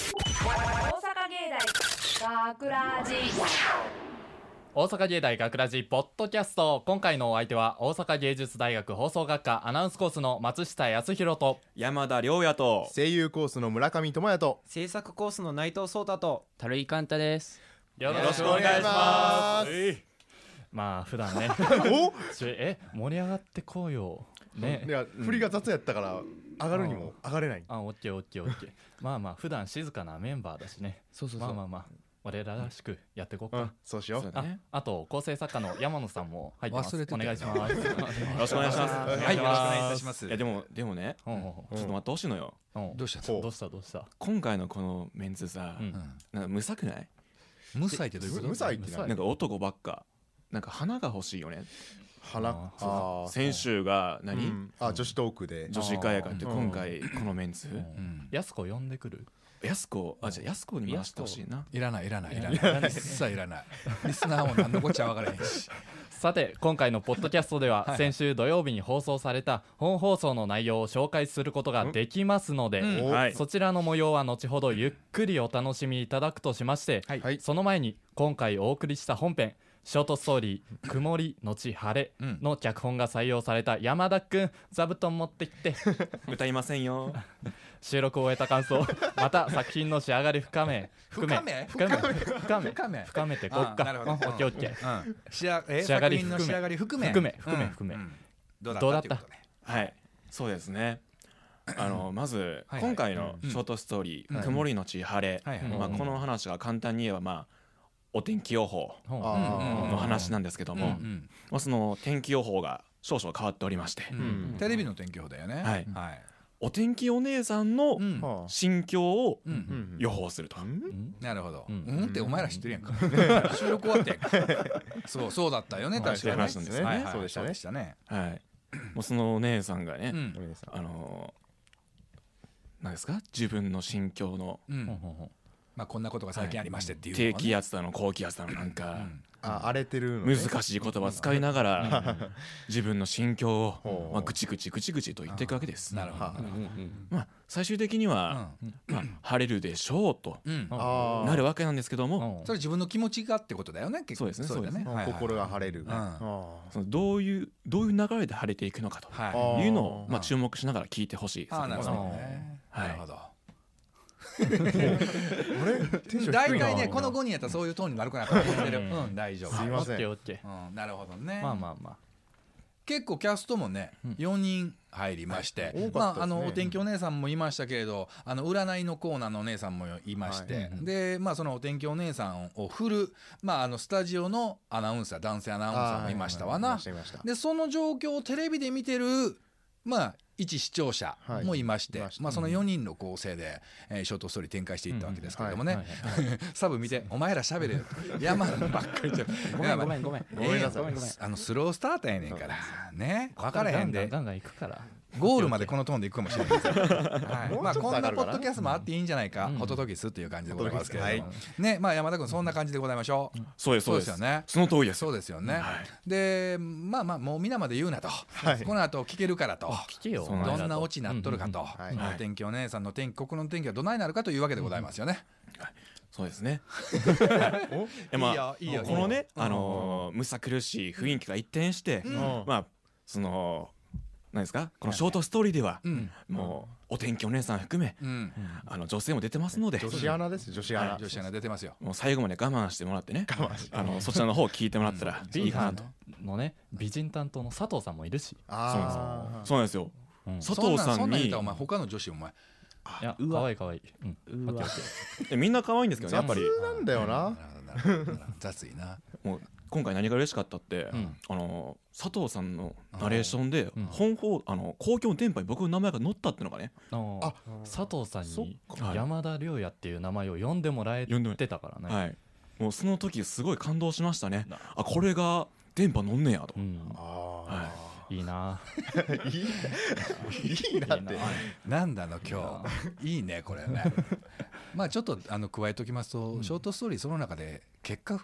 学ラジ大阪芸大学ラジポッドキャスト。今回のお相手は大阪芸術大学放送学科アナウンスコースの松下康弘と山田亮也と声優コースの村上智也と制作コースの内藤壮太と樽井寛太です。 よろしくお願いします。 まあ普段ね盛り上がってこうよね。 いや振りが雑やったから上がるにも上がれない。 オッケーオッケーオッケーまあまあ普段静かなメンバーだしね。 そうまあ俺ららしくやっていこうか。 そうしよう。 あと構成作家の山野さんも入ってます。 忘れてたお願いします。 よろしくお願いします。 はい、よろしくお願いいたします。 いやでもね、ちょっと待ってほしいのよ。 どうしたどうした今回のこのメンツさ、なんか無さくない？ 無才ってどういうこと？ 無才ってなんか男ばっか。なんか花が欲しいよね。 花。 先週が何？ 女子トークで女子会やからって今回このメンツ。 やすこ呼んでくる。 やすこ、じゃあやすこに回してほしいな。 いらない一切いらない。リスナーも何のこっちゃ分からへんし。 さて今回のポッドキャストでは先週土曜日に放送された本放送の内容を紹介することができますので、そちらの模様は後ほどゆっくりお楽しみいただくとしまして、その前に今回お送りした本編ショートストーリー曇りのち晴れの脚本が採用された山田くん、座布団持ってきて歌いませんよ。 収録を終えた感想、また作品の仕上がり深めてこっか。オッケーオッケー。 仕上がり含めどうだった？ はい、そうですね。まず今回のショートストーリー曇りのち晴れ、この話が簡単に言えばお天気予報の話なんですけども、その天気予報が少々変わっておりまして、 テレビの天気予報だよね。 はい、お天気お姉さんの心境を予報すると。 なるほど。ってお前ら知ってるやんか。収録終わって。そうだったよね。確かに話なんですね。 そうでしたね。 はい。もうそのお姉さんがね、何ですか、自分の心境のこんなことが最近ありましてっていう低気圧だの高気圧だのなんか荒れてるの難しい言葉使いながら自分の心境をぐちぐちと言っていくわけです。 なるほど。 最終的には晴れるでしょうとなるわけなんですけども、 それ自分の気持ちがってことだよね。 そうですね。そうですね。 心が晴れる。 どういう流れで晴れていくのかというのを注目しながら聞いてほしいですね。 なるほど。 大体ねこの5人やったらそういうトーンになるかなと思ってる。大丈夫。 すいません。 なるほどね。 まあ結構キャストもね4人入りまして、お天気お姉さんもいましたけれど、占いのコーナーのお姉さんもいまして、でそのお天気お姉さんを振るスタジオのアナウンサー、男性アナウンサーもいましたわな。でその状況をテレビで見てる一視聴者もいまして、その4人の構成でショートストーリー展開していったわけですけれどもね。サブ見てお前ら喋れよ山ばっかりじゃごめんごめんなさい。 スロースターターやねんからね、分からへんでガンガン行くからゴールまでこのトーンでいくかもしれないですこんなポッドキャストもあっていいんじゃないか、ホトトギスっていう感じでございますけれどもね。山田君そんな感じでございましょう。 そうですよね。その通りです。 そうですよね。でもう皆まで言うなと、この後聞けるからと、 聞けよどんなオチなっとるかと、お天気お姉さんのここの天気はどないなるかというわけでございますよね。 そうですね。 いいよこのねむさ苦しい雰囲気が一転してその何ですか、このショートストーリーではもうお天気お姉さん含め女性も出てますので、 女子アナです。女子アナ出てますよ。 もう最後まで我慢してもらってね、そちらの方を聞いてもらったらいいかなと。 のね美人担当の佐藤さんもいるし。 そうなんですよ。佐藤さんにお前他の女子お前いやかわいいみんな可愛いんですけどね、やっぱり雑なんだよな。 雑いな。 もう今回何が嬉しかったって佐藤さんのナレーションで本放公共の電波に僕の名前が載ったってのがね、 佐藤さんに山田亮也っていう名前を呼んでもらえてたからね。 はい、もうその時すごい感動しましたね。これが電波乗んねやと。 いいな。 いいなってなんだの今日いいねこれね。ちょっと加えておきますと、ショートストーリーその中で結果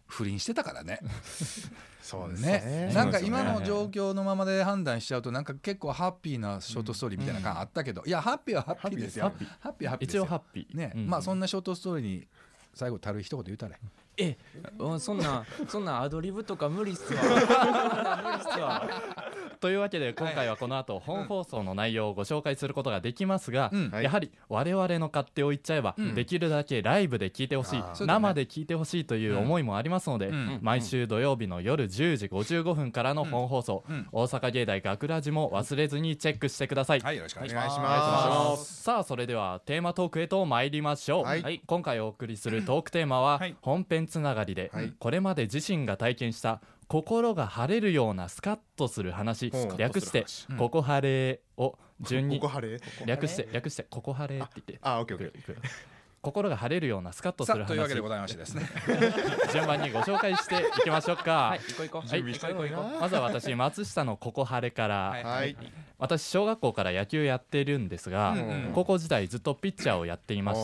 不倫してたからね。 そうですね。 なんか今の状況のままで判断しちゃうとなんか結構ハッピーなショートストーリーみたいな感あったけど、いやハッピーはハッピーですよ。ハッピーはハッピーですよ。 一応ハッピーね、まあそんなショートストーリーに最後たる一言言うたら。 そんなアドリブとか無理っすわ。無理っすわ。 というわけで今回はこの後本放送の内容をご紹介することができますが、やはり我々の勝手を言っちゃえば、できるだけライブで聞いてほしい、生で聞いてほしいという思いもありますので、毎週土曜日の夜10時55分からの本放送、大阪芸大学ラジも忘れずにチェックしてください。 はい、よろしくお願いしお願いしま。 ますす。 さあそれではテーマトークへと参りましょう。今回お送りするトークテーマは本編つながりで、これまで自身が体験した心が晴れるようなスカッとする話、略してココハレを順に略してココハレって言って、 オッケーオッケー。 心が晴れるようなスカッとするというわけで話、 ございましてですね。 順番にご紹介していきましょうか。 行こう。 まずは私松下のココハレから。 はい。 私小学校から野球やってるんですが、高校時代ずっとピッチャーをやっていまして、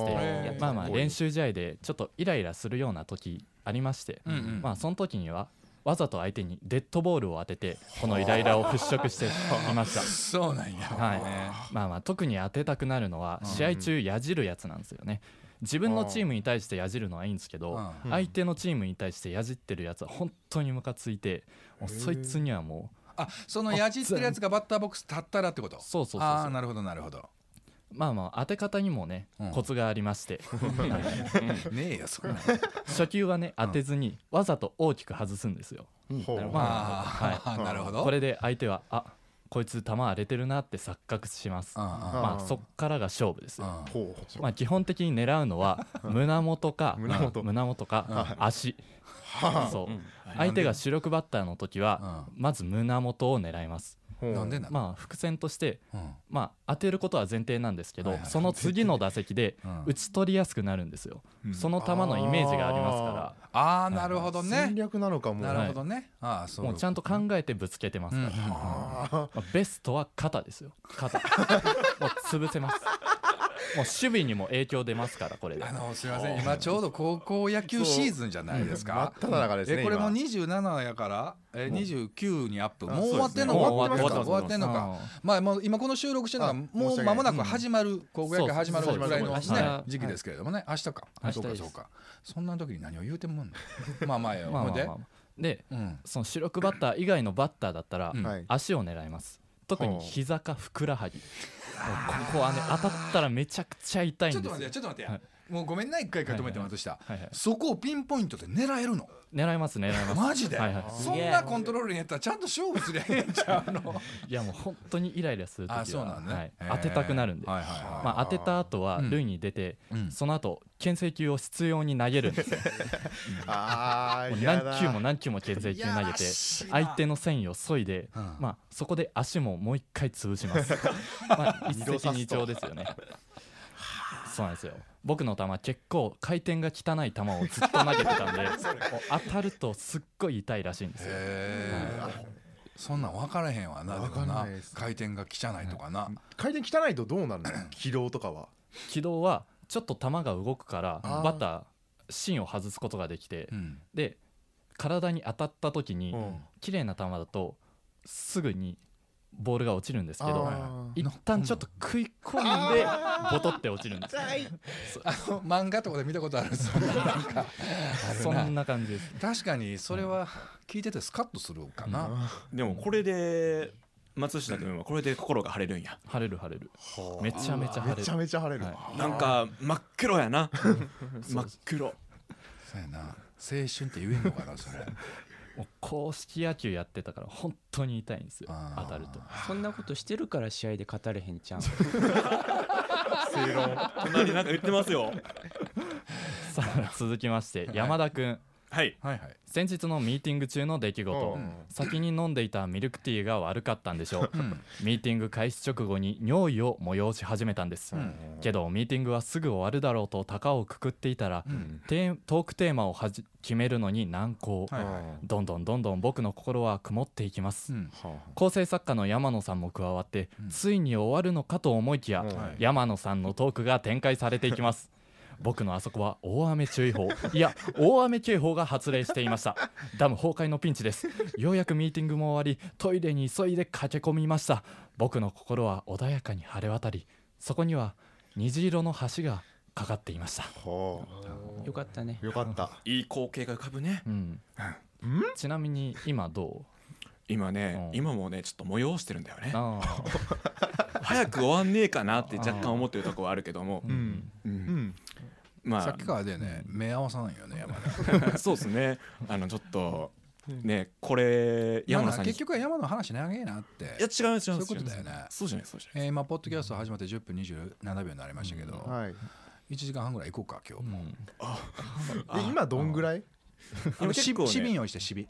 まあ練習試合でちょっとイライラするような時ありまして、まあその時にはわざと相手にデッドボールを当ててこのイライラを払拭していました。 そうなんや。 はい。まあ特に当てたくなるのは試合中やじるやつなんですよね。自分のチームに対してやじるのはいいんですけど、相手のチームに対してやじってるやつは本当にムカついて、もうそいつにはもうそのやじってるやつがバッターボックス立ったらってこと。 そうなるほどなるほど。 まあ当て方にもね、コツがありましてねえよそんな。 初球はね当てずにわざと大きく外すんですよ。なるほど。これで相手はこいつ球荒れてるなって錯覚します。まあそっからが勝負ですよ。まあ基本的に狙うのは胸元か足。そう相手が主力バッターの時はまず胸元を狙います。 なんでなの。 まあ伏線としてまあ当てることは前提なんですけど、その次の打席で打ち取りやすくなるんですよ。その球のイメージがありますから。 なるほどね。 戦略なのかも。 なるほどね。 もうちゃんと考えてぶつけてますから。ベストは肩ですよ。肩。もう潰せます。もう守備にも影響出ますからこれで。 すみません、今ちょうど高校野球シーズンじゃないですか。 真っ只中ですね。 これも27やから29にアップ。もう終わってんのか。終わってんのか。まあもう今この収録してるのがもう間もなく始まる、高校野球始まるぐらいのね時期ですけれどもね。明日か。そうか。そんな時に何を言うてもんの。まあよ。 でその主力バッター以外のバッターだったら足を狙います。特に膝かふくらはぎ。ここはね当たったらめちゃくちゃ痛いんですよ。 ちょっと待って。もうごめんな、一回止めてました。そこをピンポイントで狙えるの。 狙いますマジで。そんなコントロールにやったらちゃんと勝負すりゃええんちゃうの。 いやもう本当にイライラする時は当てたくなるんで、まあ当てた後は塁に出て、その後牽制球を執拗に投げるんですよ。何球も何球も牽制球投げて相手の繊維を削いで、まあそこで足ももう一回潰します。まあ一石二鳥ですよね。そうなんですよ。僕の球結構回転が汚い球をずっと投げてたんで当たるとすっごい痛いらしいんですよ。 そんなん分からへんわな。でもな、回転が汚いとかな。 回転汚いとどうなるの。軌道とかは。 軌道はちょっと球が動くからバッター芯を外すことができて、で体に当たった時に綺麗な球だとすぐにボールが落ちるんですけど、一旦ちょっと食い込んでボトって落ちるんです。 漫画とかで見たことある。 そんな感じです。 確かにそれは聞いててスカッとするかな。 でもこれで松下君はこれで心が晴れるんや。 晴れるめちゃめちゃ晴れる。 めちゃめちゃ晴れる。 なんか真っ黒やな。真っ黒。 そうやな。青春って言えんのかなそれ。 もう公式野球やってたから本当に痛いんですよ。当たると。 そんなことしてるから試合で語れへんちゃん。 正論。隣なんか言ってますよ。 さあ続きまして山田君。先日のミーティング中の出来事、先に飲んでいたミルクティーが悪かったんでしょう。ミーティング開始直後に尿意を催し始めたんです、けどミーティングはすぐ終わるだろうと高をくくっていたら、トークテーマを決めるのに難航、どんどん僕の心は曇っていきます、構成作家の山野さんも加わって、ついに終わるのかと思いきや、山野さんのトークが展開されていきます。 僕のあそこは大雨注意報、いや大雨警報が発令していました。ダム崩壊のピンチです。ようやくミーティングも終わり、トイレに急いで駆け込みました。僕の心は穏やかに晴れ渡り、そこには虹色の橋がかかっていました。 よかったね。 よかった。 いい光景が浮かぶね。 ちなみに今どう？ 今ね、今もねちょっと催してるんだよね。早く終わんねえかなって若干思ってるとこはあるけども、 まあさっきからでね目合わさないよね山田。そうですね。ちょっとねこれ山野さんに結局は山の話長えなって。いや違うそういうことだよね。 そうじゃないそうじゃない。 今ポッドキャスト始まって10分27秒になりましたけど、1時間半ぐらい行こうか今日も。 今どんぐらい？ シビン用意してシビ。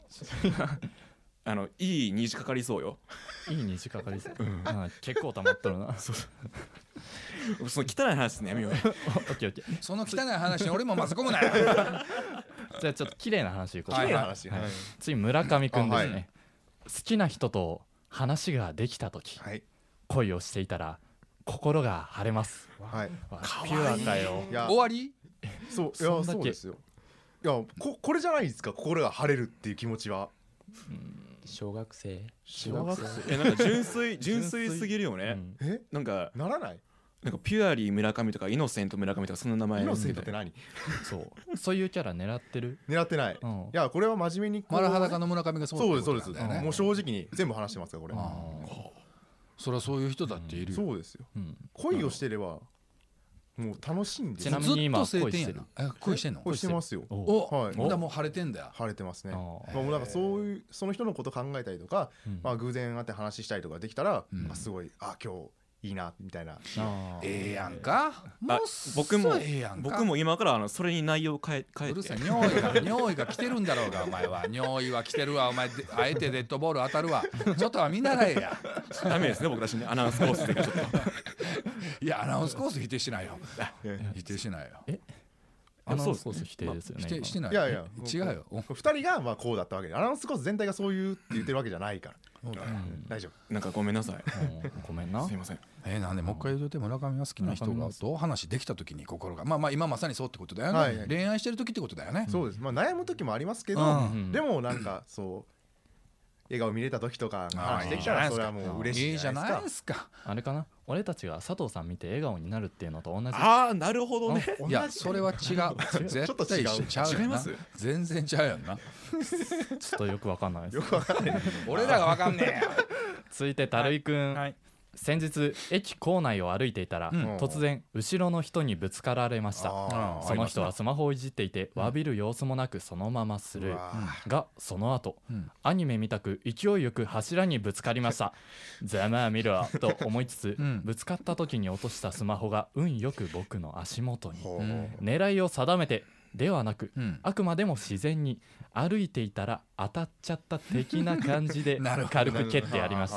いい虹かかりそうよ。 いい虹かかりそう。結構溜まっとるな。 その汚い話ですね。やめよう。オッケーオッケー。 その汚い話に俺も混ぜ込むなよ。 じゃあちょっと綺麗な話いこう。 綺麗な話。 次村上くんですね。好きな人と話ができた時、恋をしていたら心が晴れます。ピュアかよ。 終わり？ そういやそうですよ。いやこれじゃないですか、心が晴れるっていう気持ちは。 小学生なんか純粋すぎるよね。なんかならない？ なんかピュアリー村上とかイノセント村上とかその名前。 イノセントって何？ そういうキャラ狙ってる？ 狙ってない。いやこれは真面目に丸裸の村上がそうですもう正直に全部話してますからこれ。 そりゃそういう人だっているよ。 そうですよ。恋をしてればもう楽しいんです。 ちなみに今恋してる？ 恋してんの？ 恋してますよ。 はい。もう晴れてんだよ。 晴れてますね。もうなんかそういうその人のこと考えたりとか、偶然会って話したりとかできたら、すごい今日いいなみたいな。 ええやんか。 僕も今からそれに内容を変えて。 うるさい。尿意が来てるんだろうがお前は。尿意は来てるわお前。あえてデッドボール当たるわ。ちょっとは見習えや。 ダメですね僕たちねアナウンスコースでちょっと。 いやアナウンスコース否定しないよ。否定しないよ。 アナウンスコース否定ですよね。 否定してない。 いや違うよ。 2人がまあこうだったわけで、アナウンスコース全体がそういうって言ってるわけじゃないから。大丈夫。 なんかごめんなさい。 ごめんな。 すいません。 なんでもう一回言うと村上が好きな人がと話できた時に心がまあ今まさにそうってことだよね。恋愛してる時ってことだよね。 そうです。まあ悩む時もありますけど、でもなんかそう笑顔見れた時とか話できたらそれはもう嬉しいじゃないですか。 あれかな、俺たちが佐藤さん見て笑顔になるっていうのと同じ。 ああなるほどね。 いやそれは違う。絶対一緒ちゃう。違います。全然ちゃうやんな。 ちょっとよくわかんないです。 よくわかんない。 俺らがわかんねえ。 続いてたるいくん。先日駅構内を歩いていたら、突然後ろの人にぶつかられました。その人はスマホをいじっていて、詫びる様子もなくそのままスルー、がその後、アニメみたく勢いよく柱にぶつかりました。ざまあ見ろと思いつつ、ぶつかった時に落としたスマホが運よく僕の足元に。狙いを定めてではなく、あくまでも自然に歩いていたら当たっちゃった的な感じで軽く蹴ってやりました。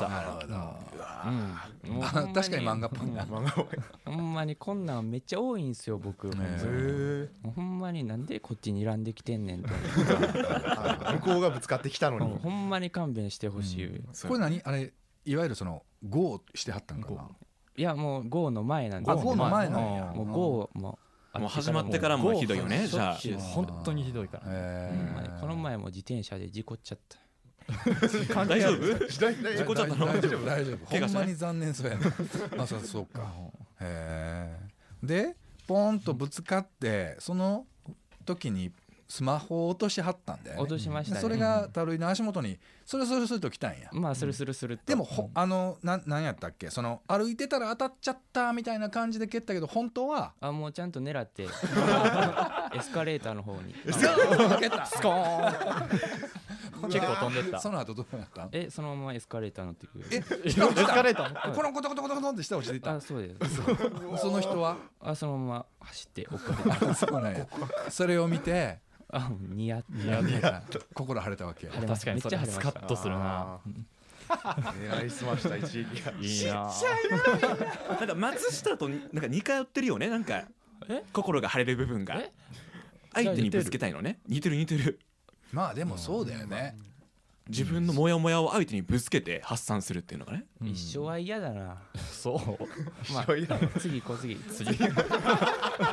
確かに漫画っぽいな。 ほんまにこんなんめっちゃ多いんすよ僕。ほんまになんでこっちに睨んできてんねんと。 向こうがぶつかってきたのに。 ほんまに勘弁してほしい。 これ何あれいわゆるそのゴーしてはったんかな。 いやもうゴーの前なんで。 ゴーの前なんや。 もうゴーもう始まってからもひどいよね。じゃあ本当にひどいから。 この前も自転車で事故っちゃった。 大丈夫？ 事故っちゃったの？ 大丈夫。ほんまに残念そうやな。そうか。でポンとぶつかってその時にスマホを落としはったんだよね。 落としましたね。 それがたるいの足元にスルスルと来たんや。 まあスルスルと。 でもなんやったっけ、その歩いてたら当たっちゃったみたいな感じで蹴ったけど本当はもうちゃんと狙ってエスカレーターの方に蹴ったスコーン結構飛んでった。 その後どうなった？ そのままエスカレーター乗ってくる。 エスカレーターコロンコトコトコトコトンって下落ちていった。 そうです。 その人はそのまま走って追っかけて。 そうなんや。それを見てニヤ心晴れたわけや。 確かにそれスカッとするな。 狙いすました一撃が。 いいな。 なんか松下となんか似通ってるよね。なんか心が晴れる部分が相手にぶつけたいのね。似てる。 まあでもそうだよね。 自分のモヤモヤを相手にぶつけて発散するっていうのがね。 一生は嫌だな。 そう。 まあ次行こう次。 そ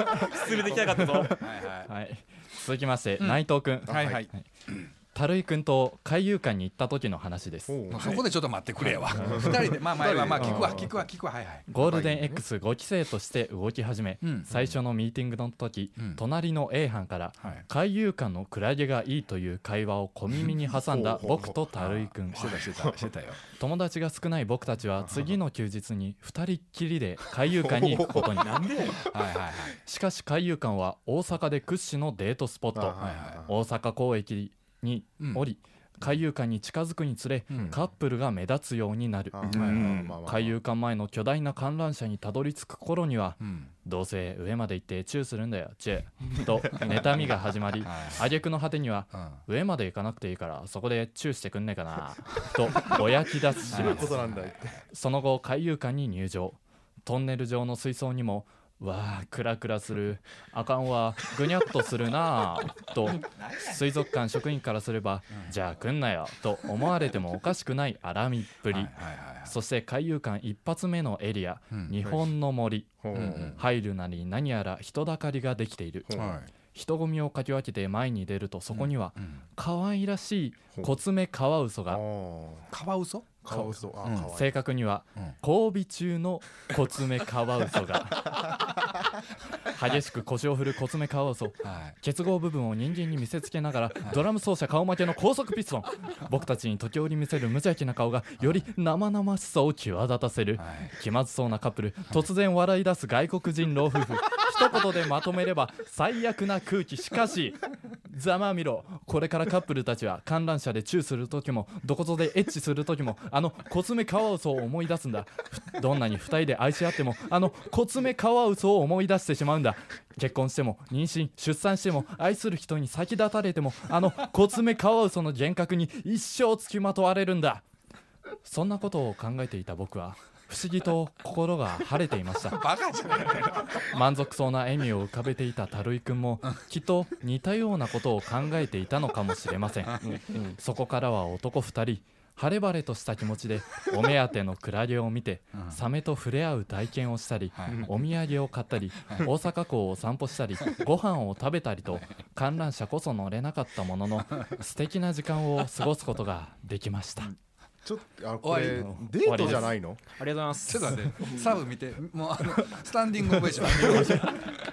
進めていきたかったぞ。 はい、続きまして、内藤君。 はいはい。 樽井君と海遊館に行った時の話です。 そこでちょっと待ってくれよ。2人でまあ前はまあ聞くわ。はいはい。 ゴールデン X5 期生として動き始め、最初のミーティングの時、隣の A 班から海遊館のクラゲがいいという会話を小耳に挟んだ僕と樽井君。 してたよ。 友達が少ない僕たちは次の休日に2人っきりで海遊館に行くことに。 なんで？ しかし海遊館は大阪で屈指のデートスポット。大阪港駅に降り、海遊館に近づくにつれ、カップルが目立つようになる。海遊館前の巨大な観覧車にたどり着く頃には、どうせ上まで行ってチューするんだよチューと妬みが始まり、挙句の果てには、上まで行かなくていいからそこでチューしてくんねえかなとぼやき出すします。その後海遊館に入場。トンネル上の水槽にもわあクラクラする、あかんわ、ぐにゃっとするなあと水族館職員からすれば、じゃあ来んなよと思われてもおかしくない荒みっぷり。そして海遊館一発目のエリア、日本の森、入るなり何やら人だかりができている。人混みをかき分けて前に出ると、そこには可愛らしいコツメカワウソが、 カワウソ正確には交尾中のコツメカワウソが激しく腰を振るコツメカワウソ、結合部分を人間に見せつけながらドラム奏者顔負けの高速ピストン。僕たちに時折見せる無邪気な顔がより生々しさを際立たせる。気まずそうなカップル、突然笑い出す外国人老夫婦。一言でまとめれば最悪な空気。しかしざまあみろ、これからカップルたちは観覧車でチューする時もどこぞでエッチする時もあのコツメカワウソを思い出すんだ。どんなに二人で愛し合ってもあのコツメカワウソを思い出してしまうんだ。結婚しても妊娠出産しても愛する人に先立たれてもあのコツメカワウソの幻覚に一生つきまとわれるんだ。そんなことを考えていた僕は不思議と心が晴れていました。 バカじゃない。 満足そうな笑みを浮かべていた樽井くんもきっと似たようなことを考えていたのかもしれません。そこからは男2人晴れ晴れとした気持ちでお目当てのクラゲを見て、サメと触れ合う体験をしたり、お土産を買ったり、大阪港を散歩したり、ご飯を食べたりと、観覧車こそ乗れなかったものの素敵な時間を過ごすことができました。 ちょっとこれデートじゃないの？ ありがとうございます。 ちょっと待ってサブ見て、もうスタンディングオベーショ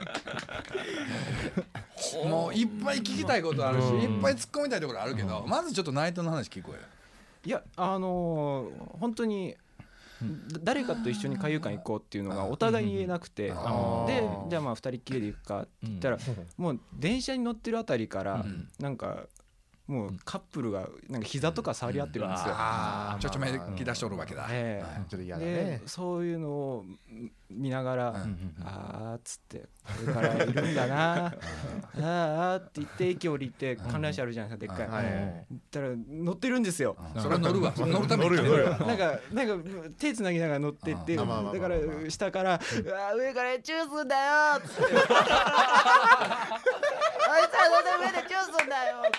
ンもういっぱい聞きたいことあるし、いっぱい突っ込みたいところあるけど、まずちょっと内藤の話聞こうよ。 いや本当に誰かと一緒に海遊館行こうっていうのがお互いに言えなくて、でじゃあまあ2人っきりで行くかって言ったら、もう電車に乗ってるあたりからなんかもうカップルがなんか膝とか触り合ってるんですよ。 ちょちょめき出しとるわけだ。 ちょっと嫌だね。 そういうのを見ながら、あーっつってこれからいるんだなあーって言って駅降りて観覧車あるじゃないですか、でっかい。行ったら乗ってるんですよ。 それは乗るわ。乗るために乗るよ。 なんか手つなぎながら乗ってって、だから下から上からチューすんだよっつって。あいつは上でチューすんだよ。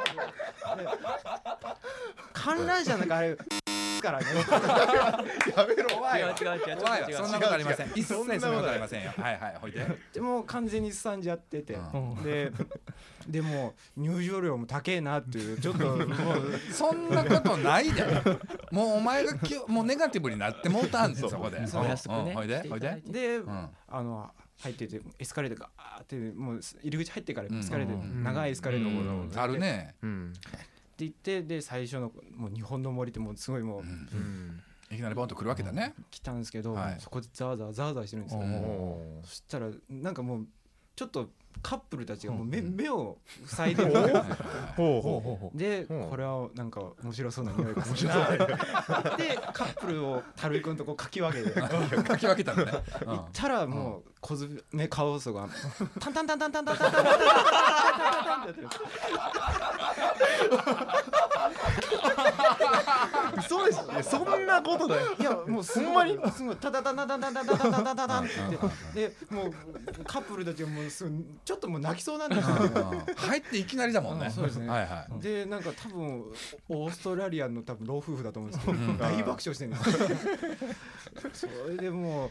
観覧車なんかあれからね。 やめろ。 違う。 そんなことありません。一切そんなことありませんよ。はいほいで。 でも完全にすさんじゃってて、でも入場料も高えなっていう、ちょっともうそんなことないで。もうお前がもうネガティブになってもうたんですよ、そこで。 そう安くね。 ほいでで入っててエスカレーターがあーってもう入り口入ってからエスカレーター長いエスカレーターがあるね。 って言って、で最初のもう日本の森ってもうすごいもういきなりボンと来るわけだね。 来たんですけど、そこでザーザーしてるんですよ。そしたらなんかもうちょっとカップルたちがもう目を塞いでる。でこれはなんか面白そうな匂いがするな。でカップルを樽井君とこうかき分けてかき分けたのね。 行ったらもう小爪カワウソがタンタンタンタンタンタンタンタンタンタンってやってる。 そうですね。そんなことだよ。 いやもうすごいタタタタタタタタタタタタタってでもうカップルたちがもうちょっもう泣きそうなんですよ。 入っていきなりだもんね。 そうですね。でなんか多分オーストラリアの多分老夫婦だと思うんですけど、大爆笑してるんですよ。それでもう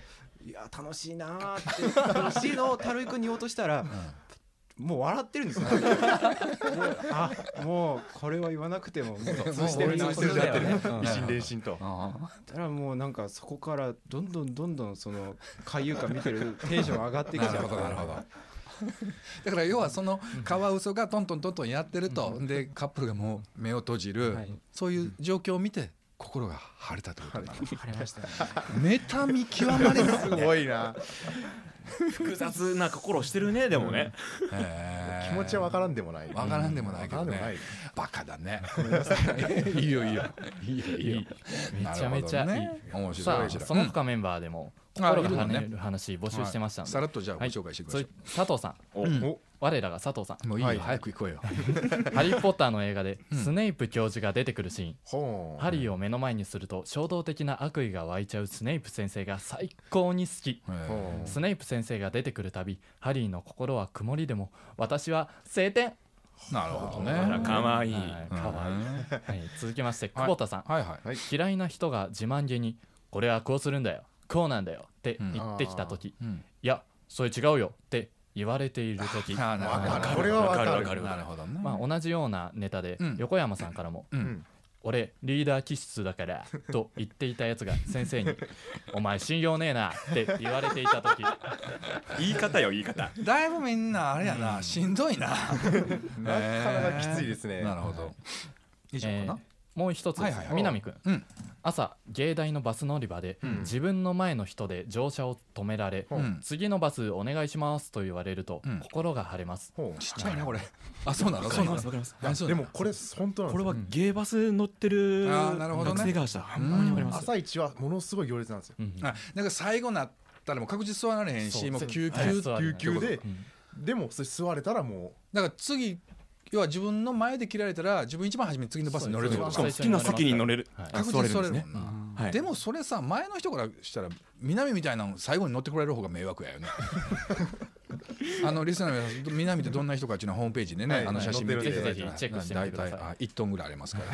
いや楽しいなーって楽しいのをたるいくんに言おうとしたら、もう笑ってるんですよ。あ、もうこれは言わなくても通してるなって一心連心と。 だからもうなんかそこからどんどんその海遊館見てるテンション上がってきちゃう。 なるほどだから要はそのカワウソがトントンやってると、でカップルがもう目を閉じる、そういう状況を見て心が晴れたってことだな。 晴れましたね。 妬み極まりないすごいな。 複雑な心してるね。でもね、 気持ちは分からんでもない。 分からんでもないけどね。バカだね。いいよいいよめちゃめちゃいい。 面白い。 さあその他メンバーでも心が跳ねる話募集してましたので、 さらっとじゃあご紹介してください。 佐藤さん、我らが佐藤さん、 もういいよ早く行こうよ。 ハリー・ポッターの映画でスネイプ教授が出てくるシーン、ハリーを目の前にすると衝動的な悪意が湧いちゃうスネイプ先生が最高に好き。スネイプ先生が出てくるたびハリーの心は曇りでも私は晴天。 なるほどね。 かわいい。 続きまして久保田さん、嫌いな人が自慢げにこれはこうするんだよこうなんだよって言ってきた時、いやそれ違うよって言われている時、 これは分かる。 なるほどね。 同じようなネタで横山さんからも、俺リーダー気質だからと言っていたやつが先生にお前信用ねえなって言われていた時、 言い方よ言い方。 だいぶみんなあれやな、しんどいな。 なかなかきついですね。 なるほど。以上かな。 もう一つ、南くん、朝芸大のバス乗り場で、自分の前の人で乗車を止められ、次のバスお願いしますと言われると、心が晴れます。 ちっちゃいなこれ。あ、そうなの。そうなの。 でもこれ本当なんです。 これはゲーバス乗ってる学生がした朝一はものすごい行列なんですよ。 なんか最後なったらもう確実座られへんし、もう救急で、でもそれ座れたらもうだから次要は自分の前で切られたら自分一番初めに次のバスに乗れるってこと。 好きな席に乗れる。 確実に座れるもんな。でもそれさ、前の人からしたら南みたいなの最後に乗ってこられる方が迷惑やよね。リスナーの皆さん、南ってどんな人かっていうのはホームページでね、写真見ていただいて、 チェックしてみてください。 大体1トンぐらいありますから。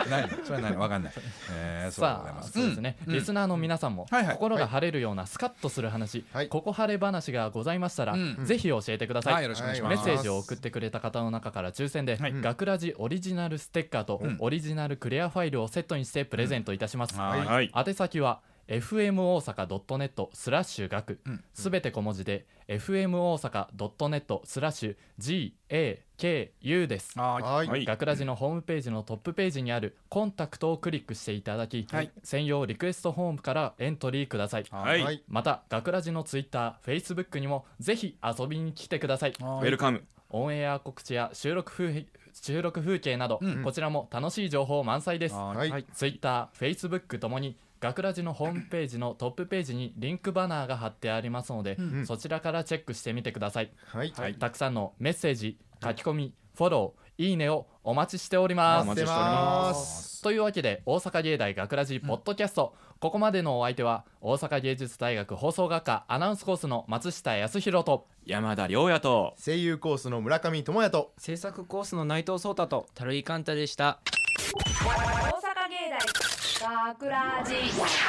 何それは何分かんない。 さあそうですね、リスナーの皆さんも心が晴れるようなスカッとする話、ここ晴れ話がございましたらぜひ教えてください。 よろしくお願いします。 メッセージを送ってくれた方の中から抽選で学ラジオリジナルステッカーとオリジナルクリアファイルをセットにしてプレゼントいたします。宛先はfm 大阪 .net/学、すべて小文字で fm 大阪 .net/gaku です。学ラジのホームページのトップページにあるコンタクトをクリックしていただき、専用リクエストフォームからエントリーください。また学ラジのツイッター、フェイスブックにもぜひ遊びに来てください。 ウェルカム。 オンエア告知や収録風景など、こちらも楽しい情報満載です。ツイッター、フェイスブックともに学ラジのホームページのトップページにリンクバナーが貼ってありますので、そちらからチェックしてみてください。たくさんのメッセージ、書き込み、フォロー、いいねをお待ちしております。というわけで大阪芸大学ラジポッドキャスト、ここまでのお相手は大阪芸術大学放送学科アナウンスコースの松下康弘と山田亮也と声優コースの村上智也と制作コースの内藤壮太と樽井寛太でした。 大阪芸大学ラジ。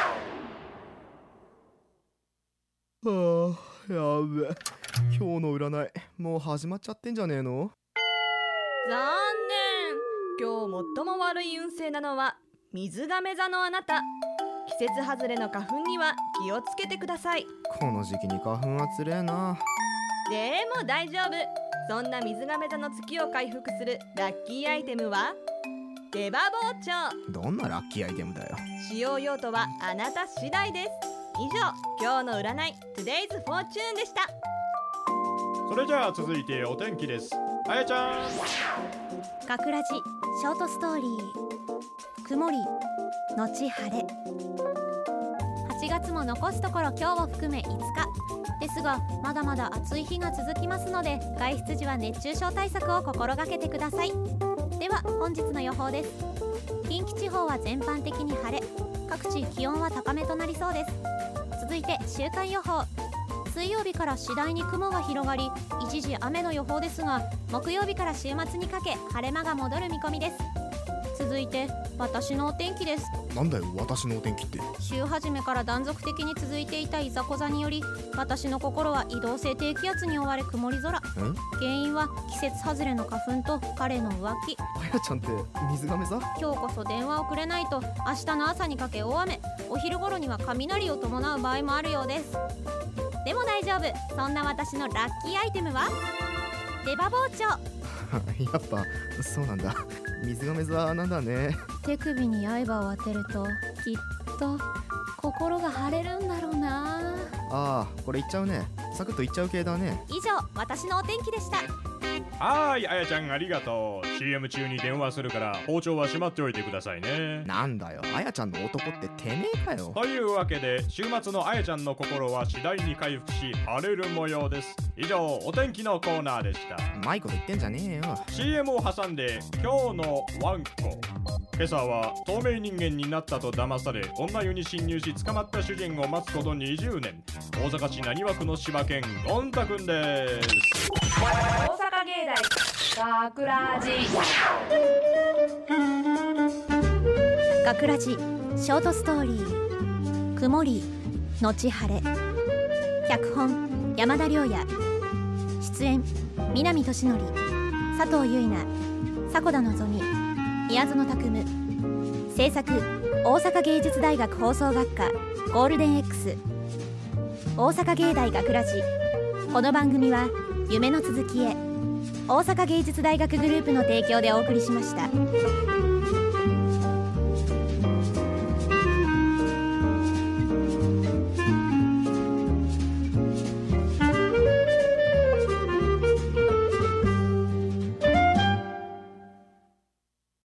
やべえ、今日の占いもう始まっちゃってんじゃねえの。 残念。今日最も悪い運勢なのは水亀座のあなた。季節外れの花粉には気をつけてください。 この時期に花粉はつれえな。 でも大丈夫。そんな水亀座の月を回復するラッキーアイテムは出刃包丁。 どんなラッキーアイテムだよ。 使用用途はあなた次第です。以上、今日の占い Today's Fortune でした。 それじゃあ続いてお天気です。あやちゃん。 学ラジショートストーリー、曇りのち晴れ。8月も残すところ今日を含め5日ですが、まだまだ暑い日が続きますので外出時は熱中症対策を心がけてください。では本日の予報です。近畿地方は全般的に晴れ、各地気温は高めとなりそうです。続いて週間予報。水曜日から次第に雲が広がり一時雨の予報ですが、木曜日から週末にかけ晴れ間が戻る見込みです。続続いて私のお天気です。 なんだよ私のお天気って。 週始めから断続的に続いていたいざこざにより、私の心は移動性低気圧に追われ曇り空。原因は季節外れの花粉と彼の浮気。 あやちゃんって水亀座？ 今日こそ電話をくれないと明日の朝にかけ大雨、お昼頃には雷を伴う場合もあるようです。でも大丈夫、そんな私のラッキーアイテムは出刃包丁。 やっぱそうなんだ、水亀座なんだね。 手首に刃を当てるときっと心が晴れるんだろうな。 ああ、これいっちゃうね。サクッといっちゃう系だね。 以上、私のお天気でした。 はい、あやちゃんありがとう。 CM 中に電話するから包丁はしまっておいてくださいね。 なんだよ、あやちゃんの男っててめえかよ。 というわけで週末のあやちゃんの心は次第に回復し晴れる模様です。以上、お天気のコーナーでした。 うまいこと言ってんじゃねえよ。 CM を挟んで今日のワンコ。今朝は透明人間になったと騙され女湯に侵入し捕まった主人を待つこと20年、大阪市浪速区の柴犬ゴン太くんです。 大阪芸大学ラジ学ラジショートストーリー、曇り後晴れ。脚本山田亮也、出演南俊則、佐藤結菜、迫田望実、宮園拓夢。制作大阪芸術大学放送学科ゴールデン X。 大阪芸大学ラジ。この番組は夢の続きへ大阪芸術大学グループの提供でお送りしました。